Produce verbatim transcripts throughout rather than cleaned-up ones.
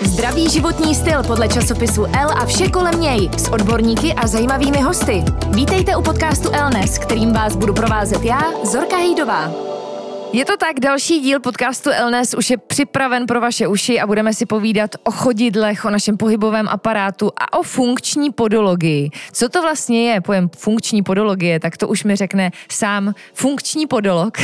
Zdravý životní styl podle časopisu Elle a vše kolem něj s odborníky a zajímavými hosty. Vítejte u podcastu Wellness, kterým vás budu provázet já, Zorka Hejdová. Je to tak, další díl podcastu Wellness už je připraven pro vaše uši a budeme si povídat o chodidlech, o našem pohybovém aparátu a o funkční podologii. Co to vlastně je pojem funkční podologie, tak to už mi řekne sám funkční podolog,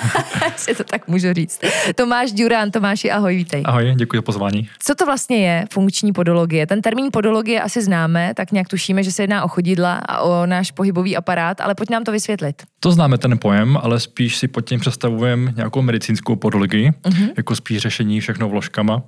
si to tak můžu říct. Tomáš Durán. Tomáši, ahoj, vítej. Ahoj, děkuji za pozvání. Co to vlastně je funkční podologie? Ten termín podologie asi známe, tak nějak tušíme, že se jedná o chodidla a o náš pohybový aparát, ale pojď nám to vysvětlit. To známe ten pojem, ale spíš si pod tím představujeme nějakou medicínskou podologii, uh-huh. jako spíš řešení všechno vložkama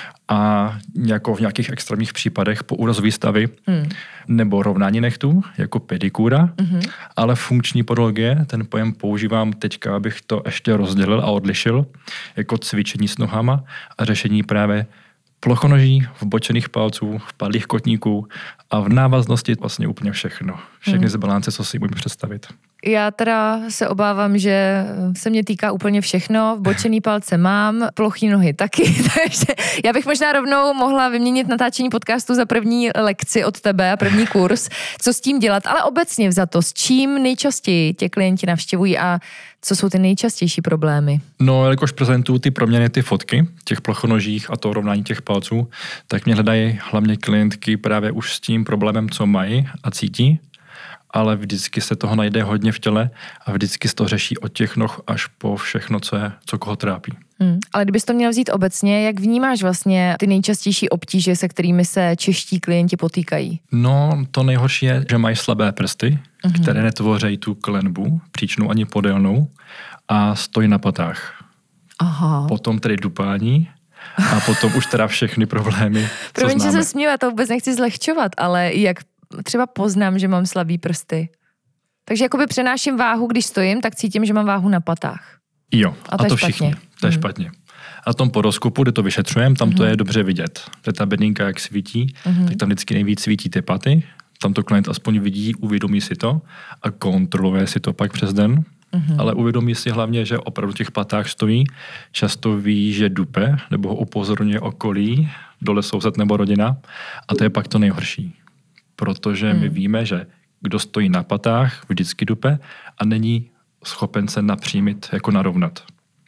a jako v nějakých extrémních případech poúrazový stavy uh-huh. nebo rovnání nechtů, jako pedikura, uh-huh. ale funkční podologie, ten pojem používám teďka, abych to ještě rozdělil a odlišil, jako cvičení s nohama a řešení právě plochonoží, vbočených palců, vpadlých kotníků a v návaznosti vlastně úplně všechno. Všechny hmm. zbalance, co si můžeme představit. Já teda se obávám, že se mě týká úplně všechno. Vbočený palce mám, plochý nohy taky, takže já bych možná rovnou mohla vyměnit natáčení podcastu za první lekci od tebe a první kurz, co s tím dělat, ale obecně vzato, s čím nejčastěji tě klienti navštěvují a co jsou ty nejčastější problémy? No, jelikož prezentuju ty proměny, ty fotky těch plochonožích a to rovnání těch palců, tak mě hledají hlavně klientky právě už s tím problémem, co mají a cítí, ale vždycky se toho najde hodně v těle a vždycky se to řeší od těch noh až po všechno, co je, co koho trápí. Hmm, ale kdybys to měl vzít obecně, jak vnímáš vlastně ty nejčastější obtíže, se kterými se čeští klienti potýkají? No, to nejhorší je, že mají slabé prsty, mm-hmm. které netvoří tu klenbu, příčnou ani podélnou a stojí na patách. Aha. Potom tedy dupání a potom už teda všechny problémy, co Promiň, známe. že se směju, já to vůbec nechci zlehčovat, ale jak třeba poznám, že mám slabý prsty. Takže jakoby přenáším váhu, když stojím, tak cítím, že mám váhu na patách. Jo, a a to, to je všichni. To je hmm. špatně. A tom podoskupu, kde to vyšetřujeme, tam hmm. to je dobře vidět. To je ta bedninka, jak svítí, hmm. tak tam vždycky nejvíc svítí ty paty. Tam to klient aspoň vidí, uvědomí si to a kontroluje si to pak přes den. Mm-hmm. Ale uvědomí si hlavně, že opravdu v těch patách stojí. Často ví, že dupe, nebo ho upozorňuje okolí, dole soused nebo rodina. A to je pak to nejhorší. Protože mm. my víme, že kdo stojí na patách, vždycky dupe a není schopen se napřímit, jako narovnat.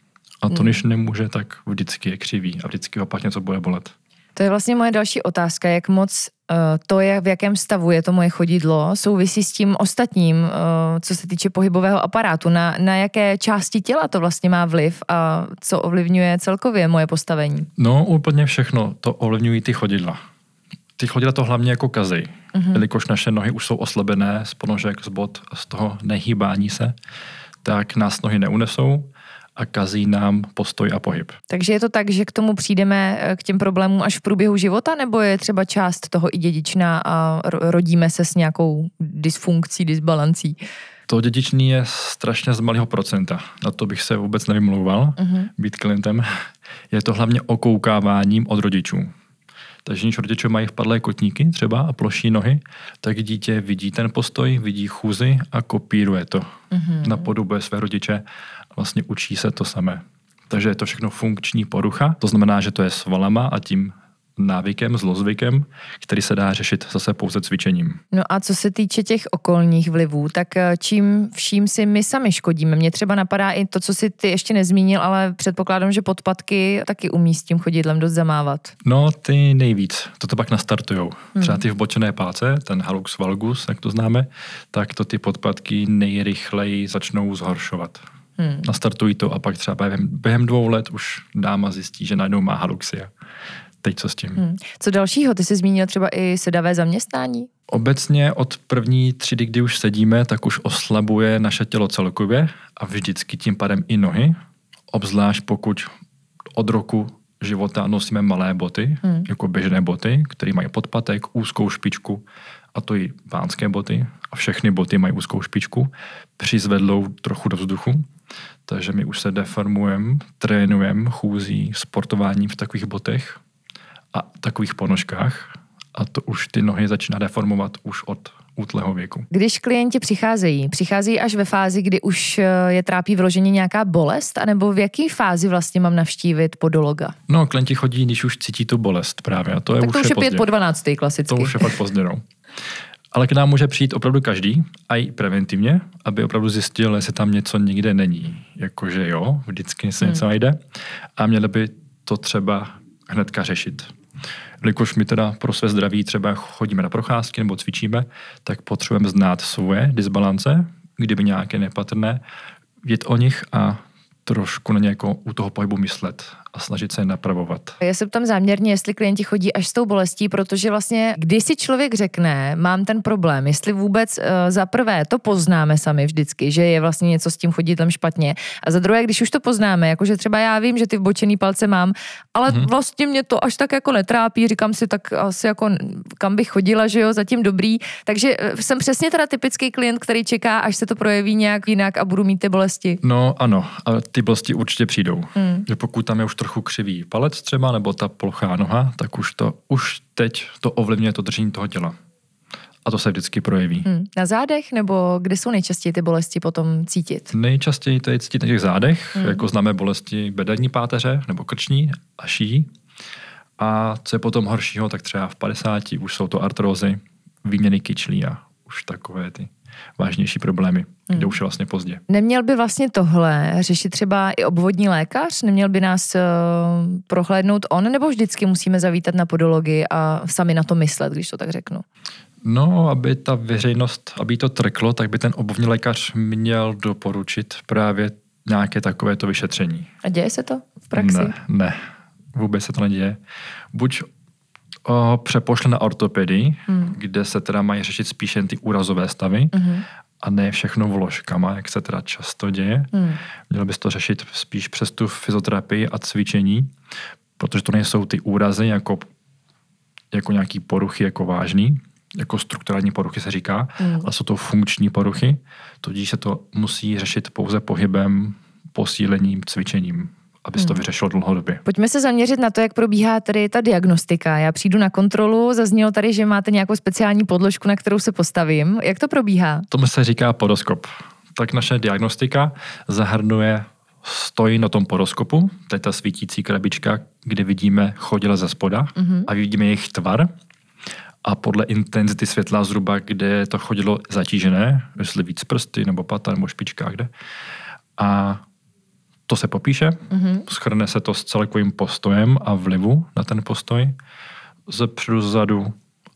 A to, mm. když nemůže, tak vždycky je křivý a vždycky ho pak něco bude bolet. To je vlastně moje další otázka, jak moc uh, to, je, v jakém stavu je to moje chodidlo, souvisí s tím ostatním, uh, co se týče pohybového aparátu, na, na jaké části těla to vlastně má vliv a co ovlivňuje celkově moje postavení? No úplně všechno, to ovlivňují ty chodidla. Ty chodidla to hlavně jako kazej, mm-hmm. jelikož naše nohy už jsou oslabené z ponožek, z bod a z toho nehýbání se, tak nás nohy neunesou a kazí nám postoj a pohyb. Takže je to tak, že k tomu přijdeme k těm problémům až v průběhu života, nebo je třeba část toho i dědičná a rodíme se s nějakou dysfunkcí, disbalancí? To dědičný je strašně z malého procenta. Na to bych se vůbec nevymlouval, uh-huh. být klientem. Je to hlavně okoukáváním od rodičů. Takže když rodiče mají vpadlé kotníky třeba a ploší nohy, tak dítě vidí ten postoj, vidí chůzi a kopíruje to. Uh-huh. Napodobuje své rodiče a vlastně učí se to samé. Takže je to všechno funkční porucha. To znamená, že to je svalama a tím návykem, zlozvykem, který se dá řešit zase pouze cvičením. No a co se týče těch okolních vlivů, tak čím vším si my sami škodíme? Mně třeba napadá i to, co si ty ještě nezmínil, ale předpokládám, že podpatky taky umí s tím chodidlem dost zamávat. No ty nejvíc, to to pak nastartujou. Hmm. Třeba ty vbočené páce, ten hallux valgus, jak to známe, tak to ty podpatky nejrychleji začnou zhoršovat. Hmm. Nastartují to a pak třeba během, během dvou let už dáma zjistí, že najednou má haluxia. Teď co s tím? Hmm. Co dalšího? Ty jsi zmínil třeba i sedavé zaměstnání? Obecně od první třídy, kdy už sedíme, tak už oslabuje naše tělo celkově a vždycky tím pádem i nohy. Obzvlášť pokud od roku života nosíme malé boty, hmm. jako běžné boty, které mají podpatek, úzkou špičku a to i pánské boty a všechny boty mají úzkou špičku, přizvedlou trochu do vzduchu. Takže my už se deformujeme, trénujeme chůzí, sportováním v takových botech a takových ponožkách a to už ty nohy začíná deformovat už od útlého věku. Když klienti přicházejí, přicházejí až ve fázi, kdy už je trápí vyloženě nějaká bolest, anebo v jaké fázi vlastně mám navštívit podologa? No, klienti chodí, když už cítí tu bolest právě. A to je tak už to už je pozdě. pět po dvanácté klasicky. To už je fakt pozdě, no. Ale k nám může přijít opravdu každý, a i preventivně, aby opravdu zjistil, jestli tam něco nikde není. Jakože jo, vždycky se hmm. něco najde. A měli by to třeba hnedka řešit. Jelikož my teda pro své zdraví třeba chodíme na procházky nebo cvičíme, tak potřebujeme znát svoje disbalance, kdyby nějaké nepatrné, vědět o nich a trošku na ně jako u toho pohybu myslet a snažit se je napravovat. Já se ptám záměrně, jestli klienti chodí až s tou bolestí, protože vlastně, když si člověk řekne, mám ten problém, jestli vůbec uh, za prvé to poznáme sami vždycky, že je vlastně něco s tím chodidlem špatně, a za druhé, když už to poznáme, jakože třeba já vím, že ty vbočený palce mám, ale hmm. vlastně mě to až tak jako netrápí, říkám si, tak asi jako kam bych chodila, že jo, zatím dobrý, takže jsem přesně teda typický klient, který čeká, až se to projeví nějak jinak a budu mít ty bolesti. No ano, ale ty bolesti určitě přijdou. Hmm. Že pokud tam je už trochu křivý palec třeba, nebo ta plochá noha, tak už to, už teď to ovlivňuje to držení toho těla. A to se vždycky projeví. Hmm. Na zádech, nebo kde jsou nejčastěji ty bolesti potom cítit? Nejčastěji to je cítit na těch zádech, hmm. jako známe bolesti bederní páteře, nebo krční a ší. A co je potom horšího, tak třeba v padesáti už jsou to artrózy, výměny kyčlí a už takové ty vážnější problémy, kde hmm. už je vlastně pozdě. Neměl by vlastně tohle řešit třeba i obvodní lékař? Neměl by nás uh, prohlédnout on, nebo vždycky musíme zavítat na podologii a sami na to myslet, když to tak řeknu? No, aby ta veřejnost, aby to trklo, tak by ten obvodní lékař měl doporučit právě nějaké takovéto vyšetření. A děje se to v praxi? Ne, ne, vůbec se to neděje. Buď o, přepošle na ortopedii, hmm. kde se teda mají řešit spíše ty úrazové stavy, hmm. a ne všechno vložkama, jak se teda často děje. Hmm. Mělo bys to řešit spíš přes tu fyzioterapii a cvičení, protože to nejsou ty úrazy jako, jako nějaký poruchy jako vážný, jako strukturální poruchy se říká, hmm. ale jsou to funkční poruchy, tudíž se to musí řešit pouze pohybem, posílením, cvičením, aby se to vyřešilo dlouhodobě. Pojďme se zaměřit na to, jak probíhá tady ta diagnostika. Já přijdu na kontrolu, zaznělo tady, že máte nějakou speciální podložku, na kterou se postavím. Jak to probíhá? Tomu se říká podoskop. Tak naše diagnostika zahrnuje stojí na tom podoskopu, to je ta svítící krabička, kde vidíme chodidla ze spoda mm-hmm. a vidíme jejich tvar a podle intenzity světla zhruba, kde je to chodidlo zatížené, jestli víc prsty nebo pata nebo špička, kde. A to se popíše, mm-hmm. shrne se to s celkovým postojem a vlivu na ten postoj ze předu, zadu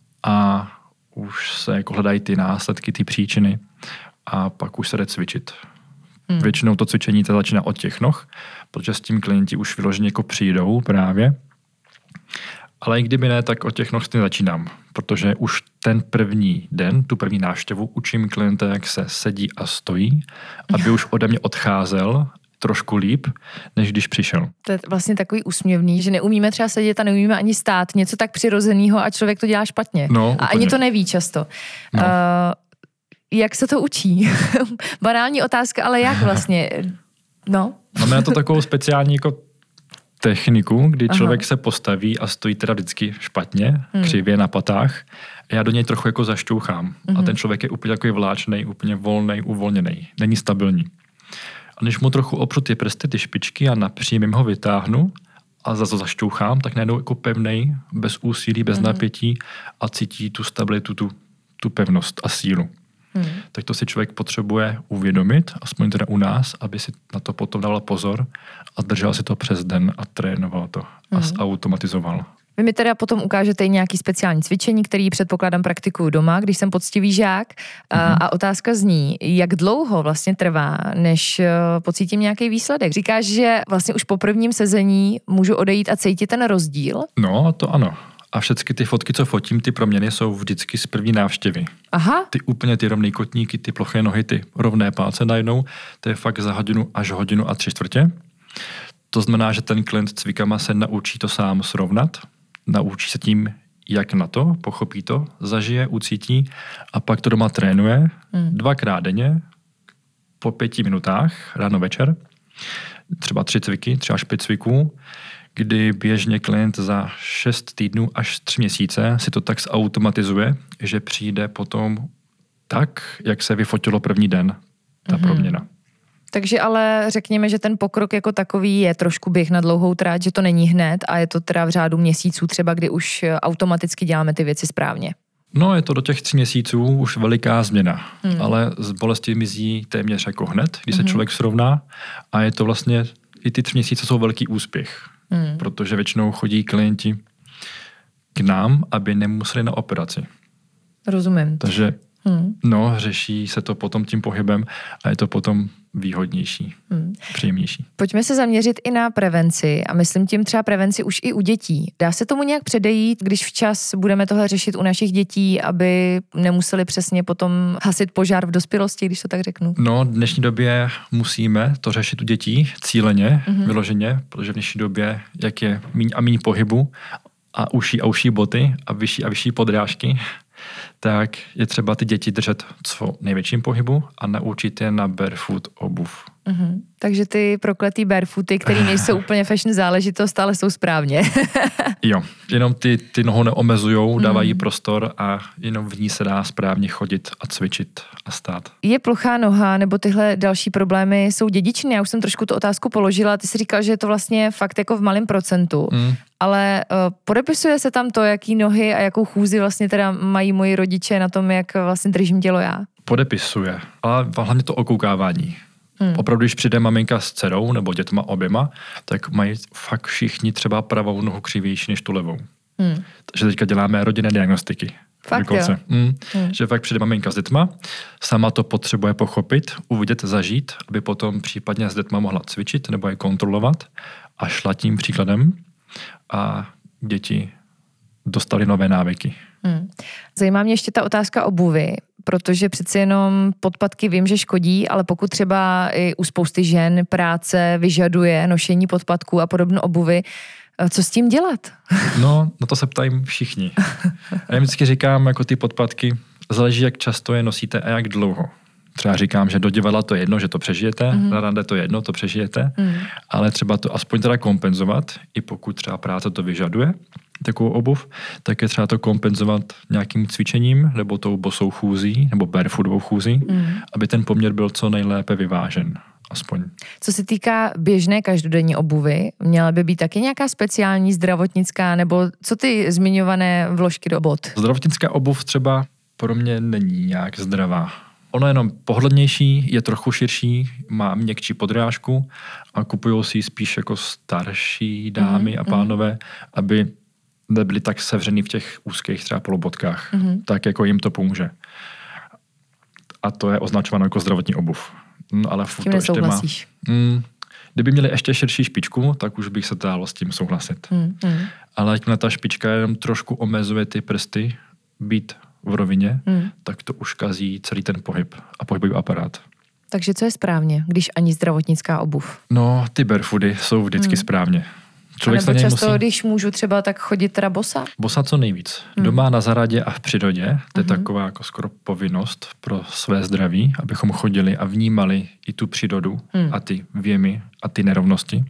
a už se jako hledají ty následky, ty příčiny a pak už se jde cvičit. Mm. Většinou to cvičení to začíná od těch noh, protože s tím klienti už vyloženě jako přijdou právě. Ale i kdyby ne, tak od těch noh stejně začínám, protože už ten první den, tu první návštěvu učím klienta, jak se sedí a stojí, aby už ode mě odcházel trošku líp, než když přišel. To je vlastně takový úsměvný, že neumíme třeba sedět a neumíme ani stát, něco tak přirozeného a člověk to dělá špatně. No, a ani to neví často. No. Uh, jak se to učí? Banální otázka, ale jak vlastně? No. Máme na to takovou speciální jako techniku, kdy člověk Aha. se postaví a stojí teda vždycky špatně, hmm. křivě na patách. A já do něj trochu jako zašťouchám. Hmm. A ten člověk je úplně takový vláčnej, úplně volnej, uvolněnej. Není stabilní. A když mu trochu opřu ty prsty, ty špičky a napřímím ho vytáhnu a zase zašťouchám, tak najednou jako pevnej, bez úsilí, bez hmm. napětí a cítí tu stabilitu, tu, tu pevnost a sílu. Hmm. Tak to si člověk potřebuje uvědomit, aspoň teda u nás, aby si na to potom dal pozor a držel si to přes den a trénoval to hmm. a zautomatizoval. Vy mi teda potom ukážete i nějaký speciální cvičení, který předpokládám praktikuju doma, když jsem poctivý žák. Mm-hmm. A otázka zní, jak dlouho vlastně trvá, než pocítím nějaký výsledek. Říkáš, že vlastně už po prvním sezení můžu odejít a cítit ten rozdíl? No, to ano. A všechny ty fotky, co fotím, ty proměny jsou vždycky z první návštěvy. Aha. Ty úplně ty rovné kotníky, ty ploché nohy, ty rovné palce najednou, to je fakt za hodinu až hodinu a tři čtvrtě. To znamená, že ten klient cvikama se naučí to sám srovnat, naučí se tím, jak na to, pochopí to, zažije, ucítí a pak to doma trénuje hmm. dvakrát denně po pěti minutách, ráno večer, třeba tři cviky, třeba až pět cviků, kdy běžně klient za šest týdnů až tři měsíce si to tak zautomatizuje, že přijde potom tak, jak se vyfotilo první den, ta mm-hmm. proměna. Takže ale řekněme, že ten pokrok jako takový je trošku běh na dlouhou tráť, že to není hned a je to teda v řádu měsíců třeba, kdy už automaticky děláme ty věci správně. No, je to do těch tří měsíců už veliká změna, hmm. ale z bolesti mizí téměř jako hned, když se hmm. člověk srovná a je to vlastně, i ty tři měsíce jsou velký úspěch, hmm. protože většinou chodí klienti k nám, aby nemuseli na operaci. Rozumím. Takže hmm. no, řeší se to potom tím pohybem a je to potom výhodnější, hmm. příjemnější. Pojďme se zaměřit i na prevenci a myslím tím třeba prevenci už i u dětí. Dá se tomu nějak předejít, když včas budeme tohle řešit u našich dětí, aby nemuseli přesně potom hasit požár v dospělosti, když to tak řeknu? No, v dnešní době musíme to řešit u dětí cíleně, hmm. vyloženě, protože v dnešní době, jak je míň a míň pohybu a uší a uší boty a vyšší a vyšší podrážky, tak je třeba ty děti držet co největším pohybu a naučit je na barefoot obuv. Mm-hmm. Takže ty prokletý barefooty, které nejsou úplně fashion záležitost, ale jsou správně. Jo, jenom ty, ty nohu neomezujou, dávají mm. prostor a jenom v ní se dá správně chodit a cvičit a stát. Je plochá noha nebo tyhle další problémy jsou dědičné? Já už jsem trošku tu otázku položila, ty jsi říkal, že je to vlastně fakt jako v malém procentu, mm. ale uh, podepisuje se tam to, jaký nohy a jakou chůzi vlastně teda mají moji rodiče na tom, jak vlastně držím tělo já? Podepisuje, ale hlavně to okoukávání. Hmm. Opravdu, když přijde maminka s dcerou nebo dětma oběma, tak mají fakt všichni třeba pravou nohu křivější než tu levou. Hmm. Takže teďka děláme rodinné diagnostiky. Fakt jo. Hmm. Hmm. Že fakt přijde maminka s dětma, sama to potřebuje pochopit, uvidět, zažít, aby potom případně s dětma mohla cvičit nebo je kontrolovat a šla tím příkladem a děti dostali nové návyky. Hmm. Zajímá mě ještě ta otázka obuvy, protože přeci jenom podpatky vím, že škodí, ale pokud třeba i u spousty žen práce vyžaduje nošení podpatků a podobnou obuvy, co s tím dělat? No, na to se ptají všichni. A já vždycky říkám, jako ty podpatky, záleží, jak často je nosíte a jak dlouho. Třeba říkám, že do divadla to je jedno, že to přežijete, mm. na rande to je jedno, to přežijete, mm. ale třeba to aspoň teda kompenzovat, i pokud třeba práce to vyžaduje, takovou obuv, tak je třeba to kompenzovat nějakým cvičením, nebo tou bosou chůzí, nebo barefootovou chůzí, mm. aby ten poměr byl co nejlépe vyvážen. Aspoň. Co se týká běžné každodenní obuvy, měla by být taky nějaká speciální zdravotnická, nebo co ty zmiňované vložky do bot? Zdravotnická obuv třeba pro mě není nějak zdravá. Ono je jenom pohodlnější, je trochu širší, má měkčí podrážku a kupujou si ji spíš jako starší dámy mm, a pánové, mm. aby nebyli tak sevřený v těch úzkých třeba polobotkách. Mm. Tak jako jim to pomůže. A to je označováno jako zdravotní obuv. No, ale tím to ještě má. Mm, kdyby měli ještě širší špičku, tak už bych se dalo s tím souhlasit. Mm, mm. Ale jakmile ta špička jenom trošku omezuje ty prsty, být v rovině, mm. tak to už kazí celý ten pohyb a pohybový aparát. Takže co je správně, když ani zdravotnická obuv? No, ty barefooty jsou vždycky mm. správně. Člověk a nebo často, musí... když můžu třeba tak chodit teda bosa? Bosa co nejvíc. Hmm. Doma na zahradě a v přírodě, to je hmm. taková jako skoro povinnost pro své zdraví, abychom chodili a vnímali i tu přírodu hmm. a ty věmy a ty nerovnosti.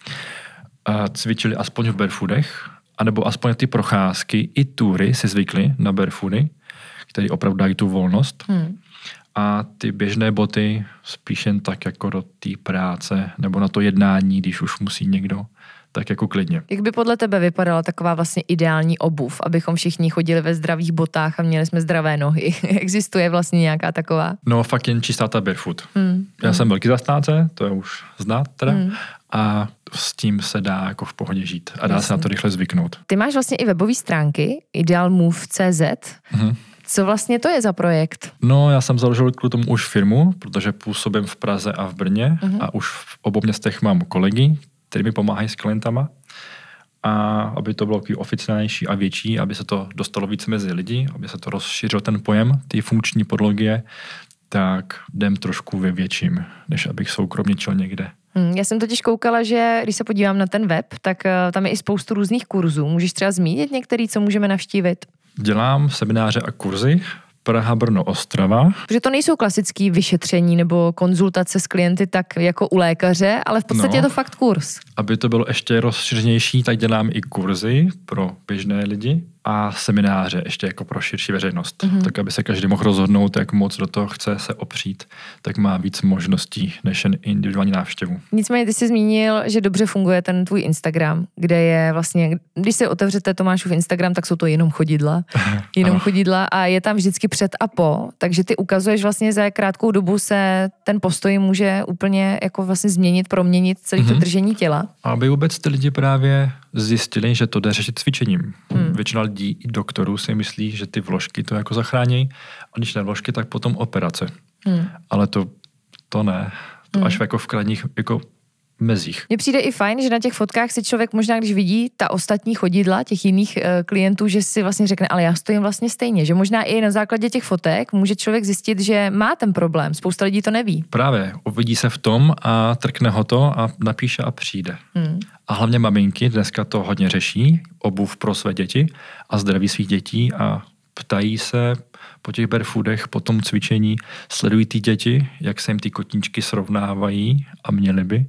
A cvičili aspoň v barefootech, anebo aspoň ty procházky, i tury si zvykli na barefooty, které opravdu dají tu volnost. Hmm. A ty běžné boty spíš jen tak jako do té práce nebo na to jednání, když už musí někdo, tak jako klidně. Jak by podle tebe vypadala taková vlastně ideální obuv, abychom všichni chodili ve zdravých botách a měli jsme zdravé nohy? Existuje vlastně nějaká taková? No fakt jen čistá ta barefoot. Hmm. Já hmm. jsem velký zastánce, to je už znát teda. Hmm. A s tím se dá jako v pohodě žít a dá Jasně. se na to rychle zvyknout. Ty máš vlastně i webové stránky idealmove tečka cé zet. Hmm. Co vlastně to je za projekt? No, já jsem založil kvůli tomu už firmu, protože působím v Praze a v Brně hmm. a už v obou městech mám kolegy, kteří mi pomáhají s klientama a aby to bylo oficiálnější a větší, aby se to dostalo víc mezi lidi, aby se to rozšířil ten pojem, ty funkční podologie, tak jdem trošku ve větším, než abych soukromně čel někde. Hmm, já jsem totiž koukala, že když se podívám na ten web, tak uh, tam je i spoustu různých kurzů. Můžeš třeba zmínit některý, co můžeme navštívit? Dělám semináře a kurzy. Praha, Brno, Ostrava. Protože to nejsou klasické vyšetření nebo konzultace s klienty tak jako u lékaře, ale v podstatě no, je to fakt kurz. Aby to bylo ještě rozšířenější, tak dělám i kurzy pro běžné lidi a semináře ještě jako pro širší veřejnost. Mm-hmm. Tak aby se každý mohl rozhodnout, jak moc do toho chce se opřít, tak má víc možností než jen individuální návštěvu. Nicméně ty jsi zmínil, že dobře funguje ten tvůj Instagram, kde je vlastně, když si otevřete Tomášův Instagram, tak jsou to jenom chodidla. Jenom chodidla a je tam vždycky před a po, takže ty ukazuješ vlastně, za jak krátkou dobu se ten postoj může úplně jako vlastně změnit, proměnit celé mm-hmm. to držení těla. Aby vůbec ty lidi právě zjistili, že to jde řešit cvičením. Hmm. Většina lidí i doktorů si myslí, že ty vložky to jako zachrání, a když ne vložky, tak potom operace. Hmm. Ale to, to ne. To hmm. až jako v krajních jako mezích. Mně přijde i fajn, že na těch fotkách si člověk možná, když vidí ta ostatní chodidla těch jiných e, klientů, že si vlastně řekne, ale já stojím vlastně stejně. Že možná i na základě těch fotek může člověk zjistit, že má ten problém. Spousta lidí to neví. Právě. Uvidí se v tom a trkne ho to a napíše a přijde. Hmm. A hlavně maminky dneska to hodně řeší, obuv pro své děti a zdraví svých dětí a ptají se po těch barefootech, po tom cvičení, sledují ty děti, jak se jim ty kotníčky srovnávají a měly by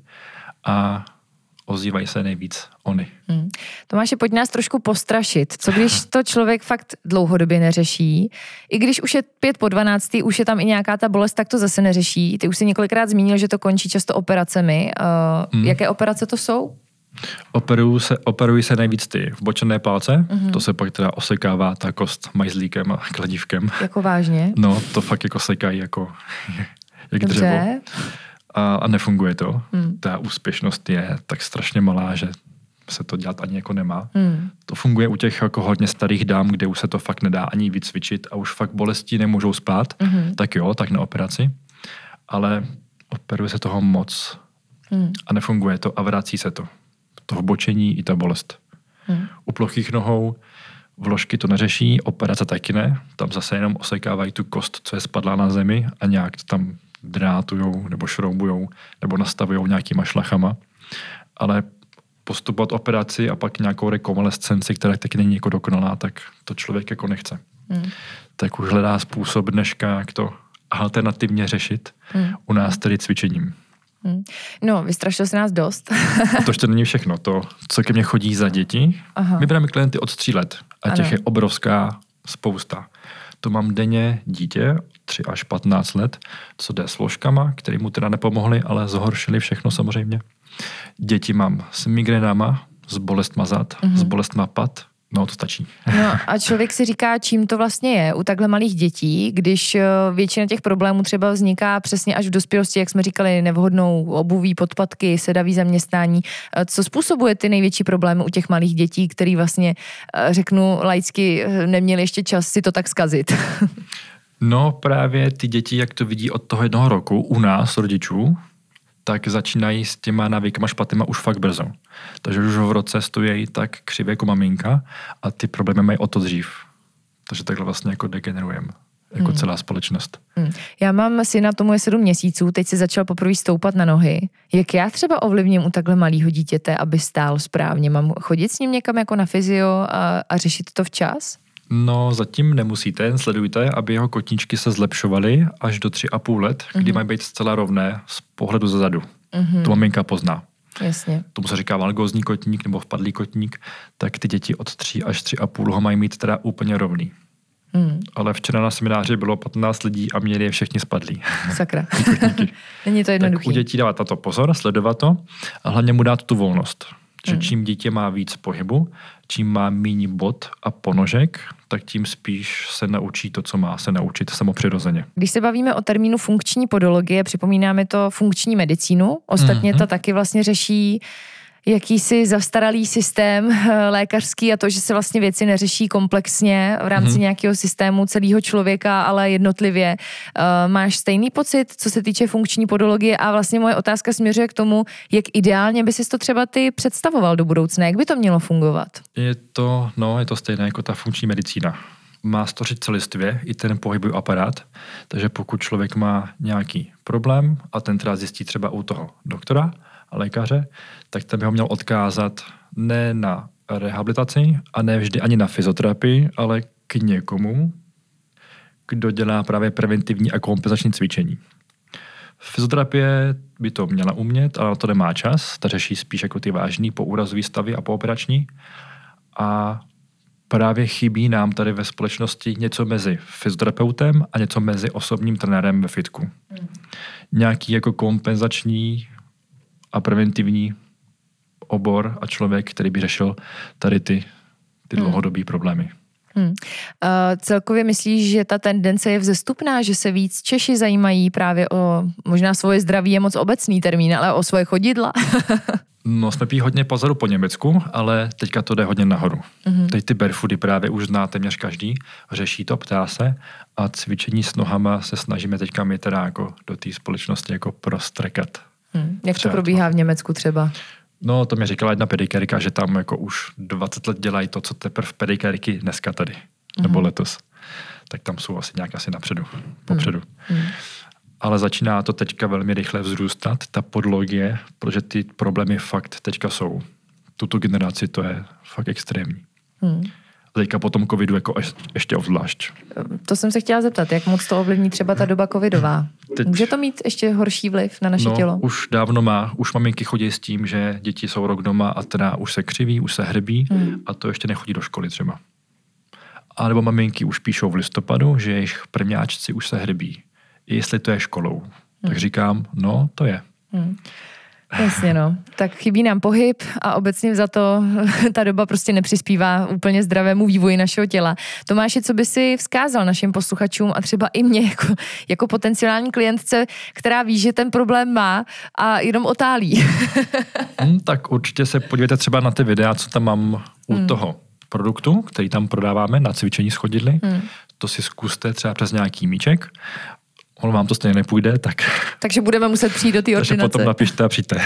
a ozývají se nejvíc oni. Hmm. Tomáši, pojď nás trošku postrašit. Co když to člověk fakt dlouhodobě neřeší? I když už je pět po dvanáctý, už je tam i nějaká ta bolest, tak to zase neřeší. Ty už jsi několikrát zmínil, že to končí často operacemi. Uh, hmm. Jaké operace to jsou? Operují se, operují se nejvíc ty vbočené palce, mm-hmm. to se pak teda osekává ta kost majzlíkem a kladívkem. Jako vážně? No, to fakt jako sekají jako jak Dobře. dřevo. A, a nefunguje to. Mm. Ta úspěšnost je tak strašně malá, že se to dělat ani jako nemá. Mm. To funguje u těch jako hodně starých dám, kde už se to fakt nedá ani víc cvičit a už fakt bolesti nemůžou spát, mm-hmm. tak jo, tak na operaci. Ale operuje se toho moc mm. a nefunguje to a vrací se to. To vbočení i ta bolest. Hmm. U plochých nohou vložky to neřeší, operace taky ne. Tam zase jenom osekávají tu kost, co je spadla na zemi a nějak to tam drátujou nebo šroubujou nebo nastavujou nějakýma šlachama. Ale postupovat operaci a pak nějakou rekonvalescenci, která taky není jako dokonalá, tak to člověk jako nechce. Hmm. Tak už hledá způsob dneška, jak to alternativně řešit. Hmm. U nás tedy cvičením. No, vystrašil se nás dost. A to ještě není všechno. To, co ke mně chodí za děti, Aha. my bereme klienty od tří let a těch ano. je obrovská spousta. To mám denně dítě, tři až patnáct let, co jde s vložkama, který mu teda nepomohli, ale zhoršili všechno samozřejmě. Děti mám s migrénama, s bolestma zad, mm-hmm. s bolestma pad. No, to stačí. No a člověk si říká, čím to vlastně je u takhle malých dětí, když většina těch problémů třeba vzniká přesně až v dospělosti, jak jsme říkali, nevhodnou obuví, podpatky, sedavý zaměstnání. Co způsobuje ty největší problémy u těch malých dětí, který vlastně, řeknu laicky, neměli ještě čas si to tak zkazit? No právě ty děti, jak to vidí od toho jednoho roku u nás, rodičů, tak začínají s těma návykama špatnýma už fakt brzo. Takže už v roce stojí tak křivě jako maminka a ty problémy mají o to dřív. Takže takhle vlastně jako degenerujeme. Jako hmm. celá společnost. Hmm. Já mám syna, tomu je sedm měsíců, teď se začal poprvé stoupat na nohy. Jak já třeba ovlivním u takhle malého dítěte, aby stál správně? Mám chodit s ním někam jako na fyzio a, a řešit to včas? No, zatím nemusíte, jen sledujte, aby jeho kotníčky se zlepšovaly až do tři a půl let, mm-hmm. kdy mají být zcela rovné z pohledu zezadu. Mm-hmm. To maminka pozná. Jasně. Tomu se říká valgózní kotník nebo vpadlý kotník, tak ty děti od tří až tři a půl ho mají mít teda úplně rovný. Mm. Ale včera na semináři bylo patnáct lidí a měli je všichni spadlí. Sakra. Není to jednoduchý. Tak u dětí dávat na to pozor, sledovat to a hlavně mu dát tu volnost. Že mm. čím dítě má víc pohybu, čím má míň bod a ponožek, tak tím spíš se naučí to, co má se naučit samopřirozeně. Když se bavíme o termínu funkční podologie, připomínáme to funkční medicínu. Ostatně mm-hmm. ta taky vlastně řeší jakýsi zastaralý systém lékařský a to, že se vlastně věci neřeší komplexně v rámci mm-hmm. nějakého systému celého člověka, ale jednotlivě. Uh, máš stejný pocit, co se týče funkční podologie a vlastně moje otázka směřuje k tomu, jak ideálně by si to třeba ty představoval do budoucna, jak by to mělo fungovat? Je to, no, je to stejné jako ta funkční medicína. Má stořit celistvě i ten pohybový aparát, takže pokud člověk má nějaký problém a ten teda zjistí třeba u toho doktora, a lékaře, tak ten by ho měl odkázat ne na rehabilitaci a ne vždy ani na fyzioterapii, ale k někomu, kdo dělá právě preventivní a kompenzační cvičení. Fyzioterapie by to měla umět, ale na to nemá čas, ta řeší spíš jako ty vážný poúrazový stavy a pooperační. A právě chybí nám tady ve společnosti něco mezi fyzioterapeutem a něco mezi osobním trenérem ve fitku. Hmm. Nějaký jako kompenzační a preventivní obor a člověk, který by řešil tady ty, ty hmm. dlouhodobé problémy. Hmm. Uh, celkově myslíš, že ta tendence je vzestupná, že se víc Češi zajímají právě o, možná svoje zdraví je moc obecný termín, ale o svoje chodidla? No, jsme pí hodně pozadu po Německu, ale teďka to jde hodně nahoru. Mm-hmm. Teď ty barefoody právě už zná téměř každý, řeší to, ptá se a cvičení s nohama se snažíme teďka my teda jako do té společnosti jako prostrekat. Hmm. Jak to probíhá v Německu třeba? No, to mi říkala jedna pedikérka, že tam jako už dvacet let dělají to, co teprve pedikérky dneska tady, mm-hmm. nebo letos. Tak tam jsou asi nějak asi napředu, popředu. Mm-hmm. Ale začíná to teďka velmi rychle vzrůstat, ta podlogie, protože ty problémy fakt teďka jsou. Tuto generaci to je fakt extrémní. Hmm. A teďka po tom covidu jako ještě obzvlášť. To jsem se chtěla zeptat, jak moc to ovlivní třeba ta doba covidová? Teď, může to mít ještě horší vliv na naše no, tělo? Už dávno má, už maminky chodí s tím, že děti jsou rok doma a teda už se křiví, už se hrbí hmm. a to ještě nechodí do školy třeba. A nebo maminky už píšou v listopadu, že jejich prvňáčci už se hrbí. Jestli to je školou. Hmm. Tak říkám, no, to je. Hmm. Jasně, no. Tak chybí nám pohyb a obecně za to ta doba prostě nepřispívá úplně zdravému vývoji našeho těla. Tomáši, co by si vzkázal našim posluchačům a třeba i mě jako, jako potenciální klientce, která ví, že ten problém má a jenom otálí? hmm, tak určitě se podívejte třeba na ty videa, co tam mám u hmm. toho produktu, který tam prodáváme na cvičení s chodidly. Hmm. To si zkuste třeba přes nějaký míček. On vám to stejně nepůjde, tak... Takže budeme muset přijít do té ordinace. Takže potom napište a přijďte.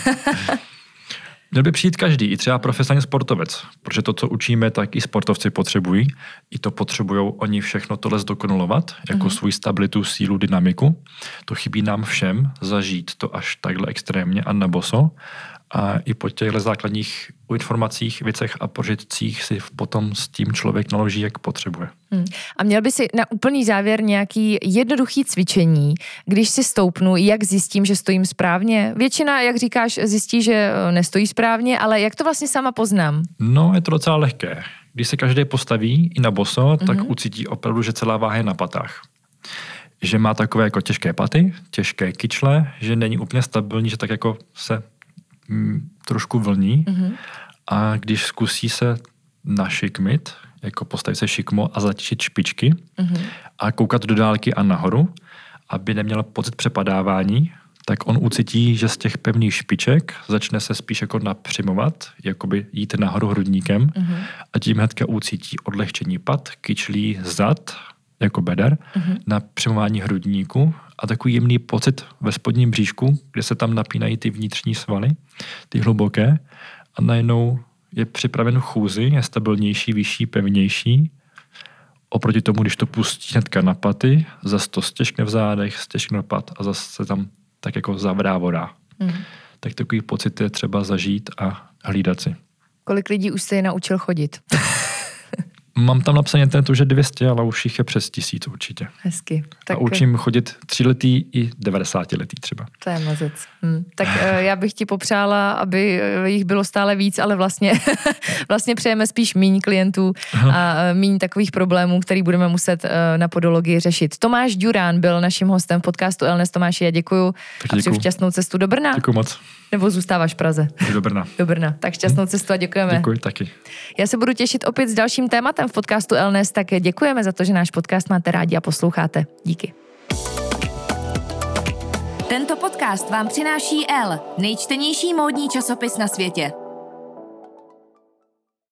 Měl by přijít každý, i třeba profesionální sportovec, protože to, co učíme, tak i sportovci potřebují. I to potřebují oni všechno tohle zdokonalovat, jako mm-hmm. svou stabilitu, sílu, dynamiku. To chybí nám všem zažít to až takhle extrémně a naboso. A i po těchto základních informacích, věcech a požitcích si potom s tím člověk naloží, jak potřebuje. Hmm. A měl by si na úplný závěr nějaký jednoduchý cvičení, když si stoupnu, jak zjistím, že stojím správně? Většina, jak říkáš, zjistí, že nestojí správně, ale jak to vlastně sama poznám? No, je to docela lehké. Když se každý postaví i na boso, mm-hmm. tak ucítí opravdu, že celá váha je na patách. Že má takové jako těžké paty, těžké kyčle, že není úplně stabilní, že tak jako se trošku vlní mm-hmm. a když zkusí se našikmit, jako postavit se šikmo a zatížit špičky mm-hmm. a koukat do dálky a nahoru, aby neměl pocit přepadávání, tak on ucítí, že z těch pevných špiček začne se spíš jako napřimovat, jakoby jít nahoru hrudníkem mm-hmm. a tím hnedka ucítí odlehčení pat, kyčlí, zad, jako beder, mm-hmm. na přimování hrudníku a takový jemný pocit ve spodním bříšku, kde se tam napínají ty vnitřní svaly, ty hluboké a najednou je připraven chůzi, je stabilnější, vyšší, pevnější. Oproti tomu, když to pustí hnedka na paty, zase to stěžkne v zádech, stěžkne na pat a zase se tam tak jako zavrá voda. Mm. Tak takový pocit je třeba zažít a hlídat si. Kolik lidí už se je naučil chodit? Mám tam napsané ten už je dvě stě, ale už jich je přes tisíc určitě. Hezky. Tak... A učím chodit tříletý i devadesátiletý třeba. To je mazec. Hm. Tak já bych ti popřála, aby jich bylo stále víc, ale vlastně, vlastně přejeme spíš míň klientů a míň takových problémů, který budeme muset na podologii řešit. Tomáš Ďurán byl naším hostem v podcastu Elnes. Tomáši, já děkuju. Tak a přeju šťastnou cestu do Brna. Děkuju moc. Nebo zůstáváš v Praze? Do Brna. Do Brna. Tak šťastnou cestu a děkujeme. Děkuji taky. Já se budu těšit opět s dalším tématem v podcastu Elnes, tak děkujeme za to, že náš podcast máte rádi a posloucháte. Díky. Tento podcast vám přináší Elle, nejčtenější módní časopis na světě.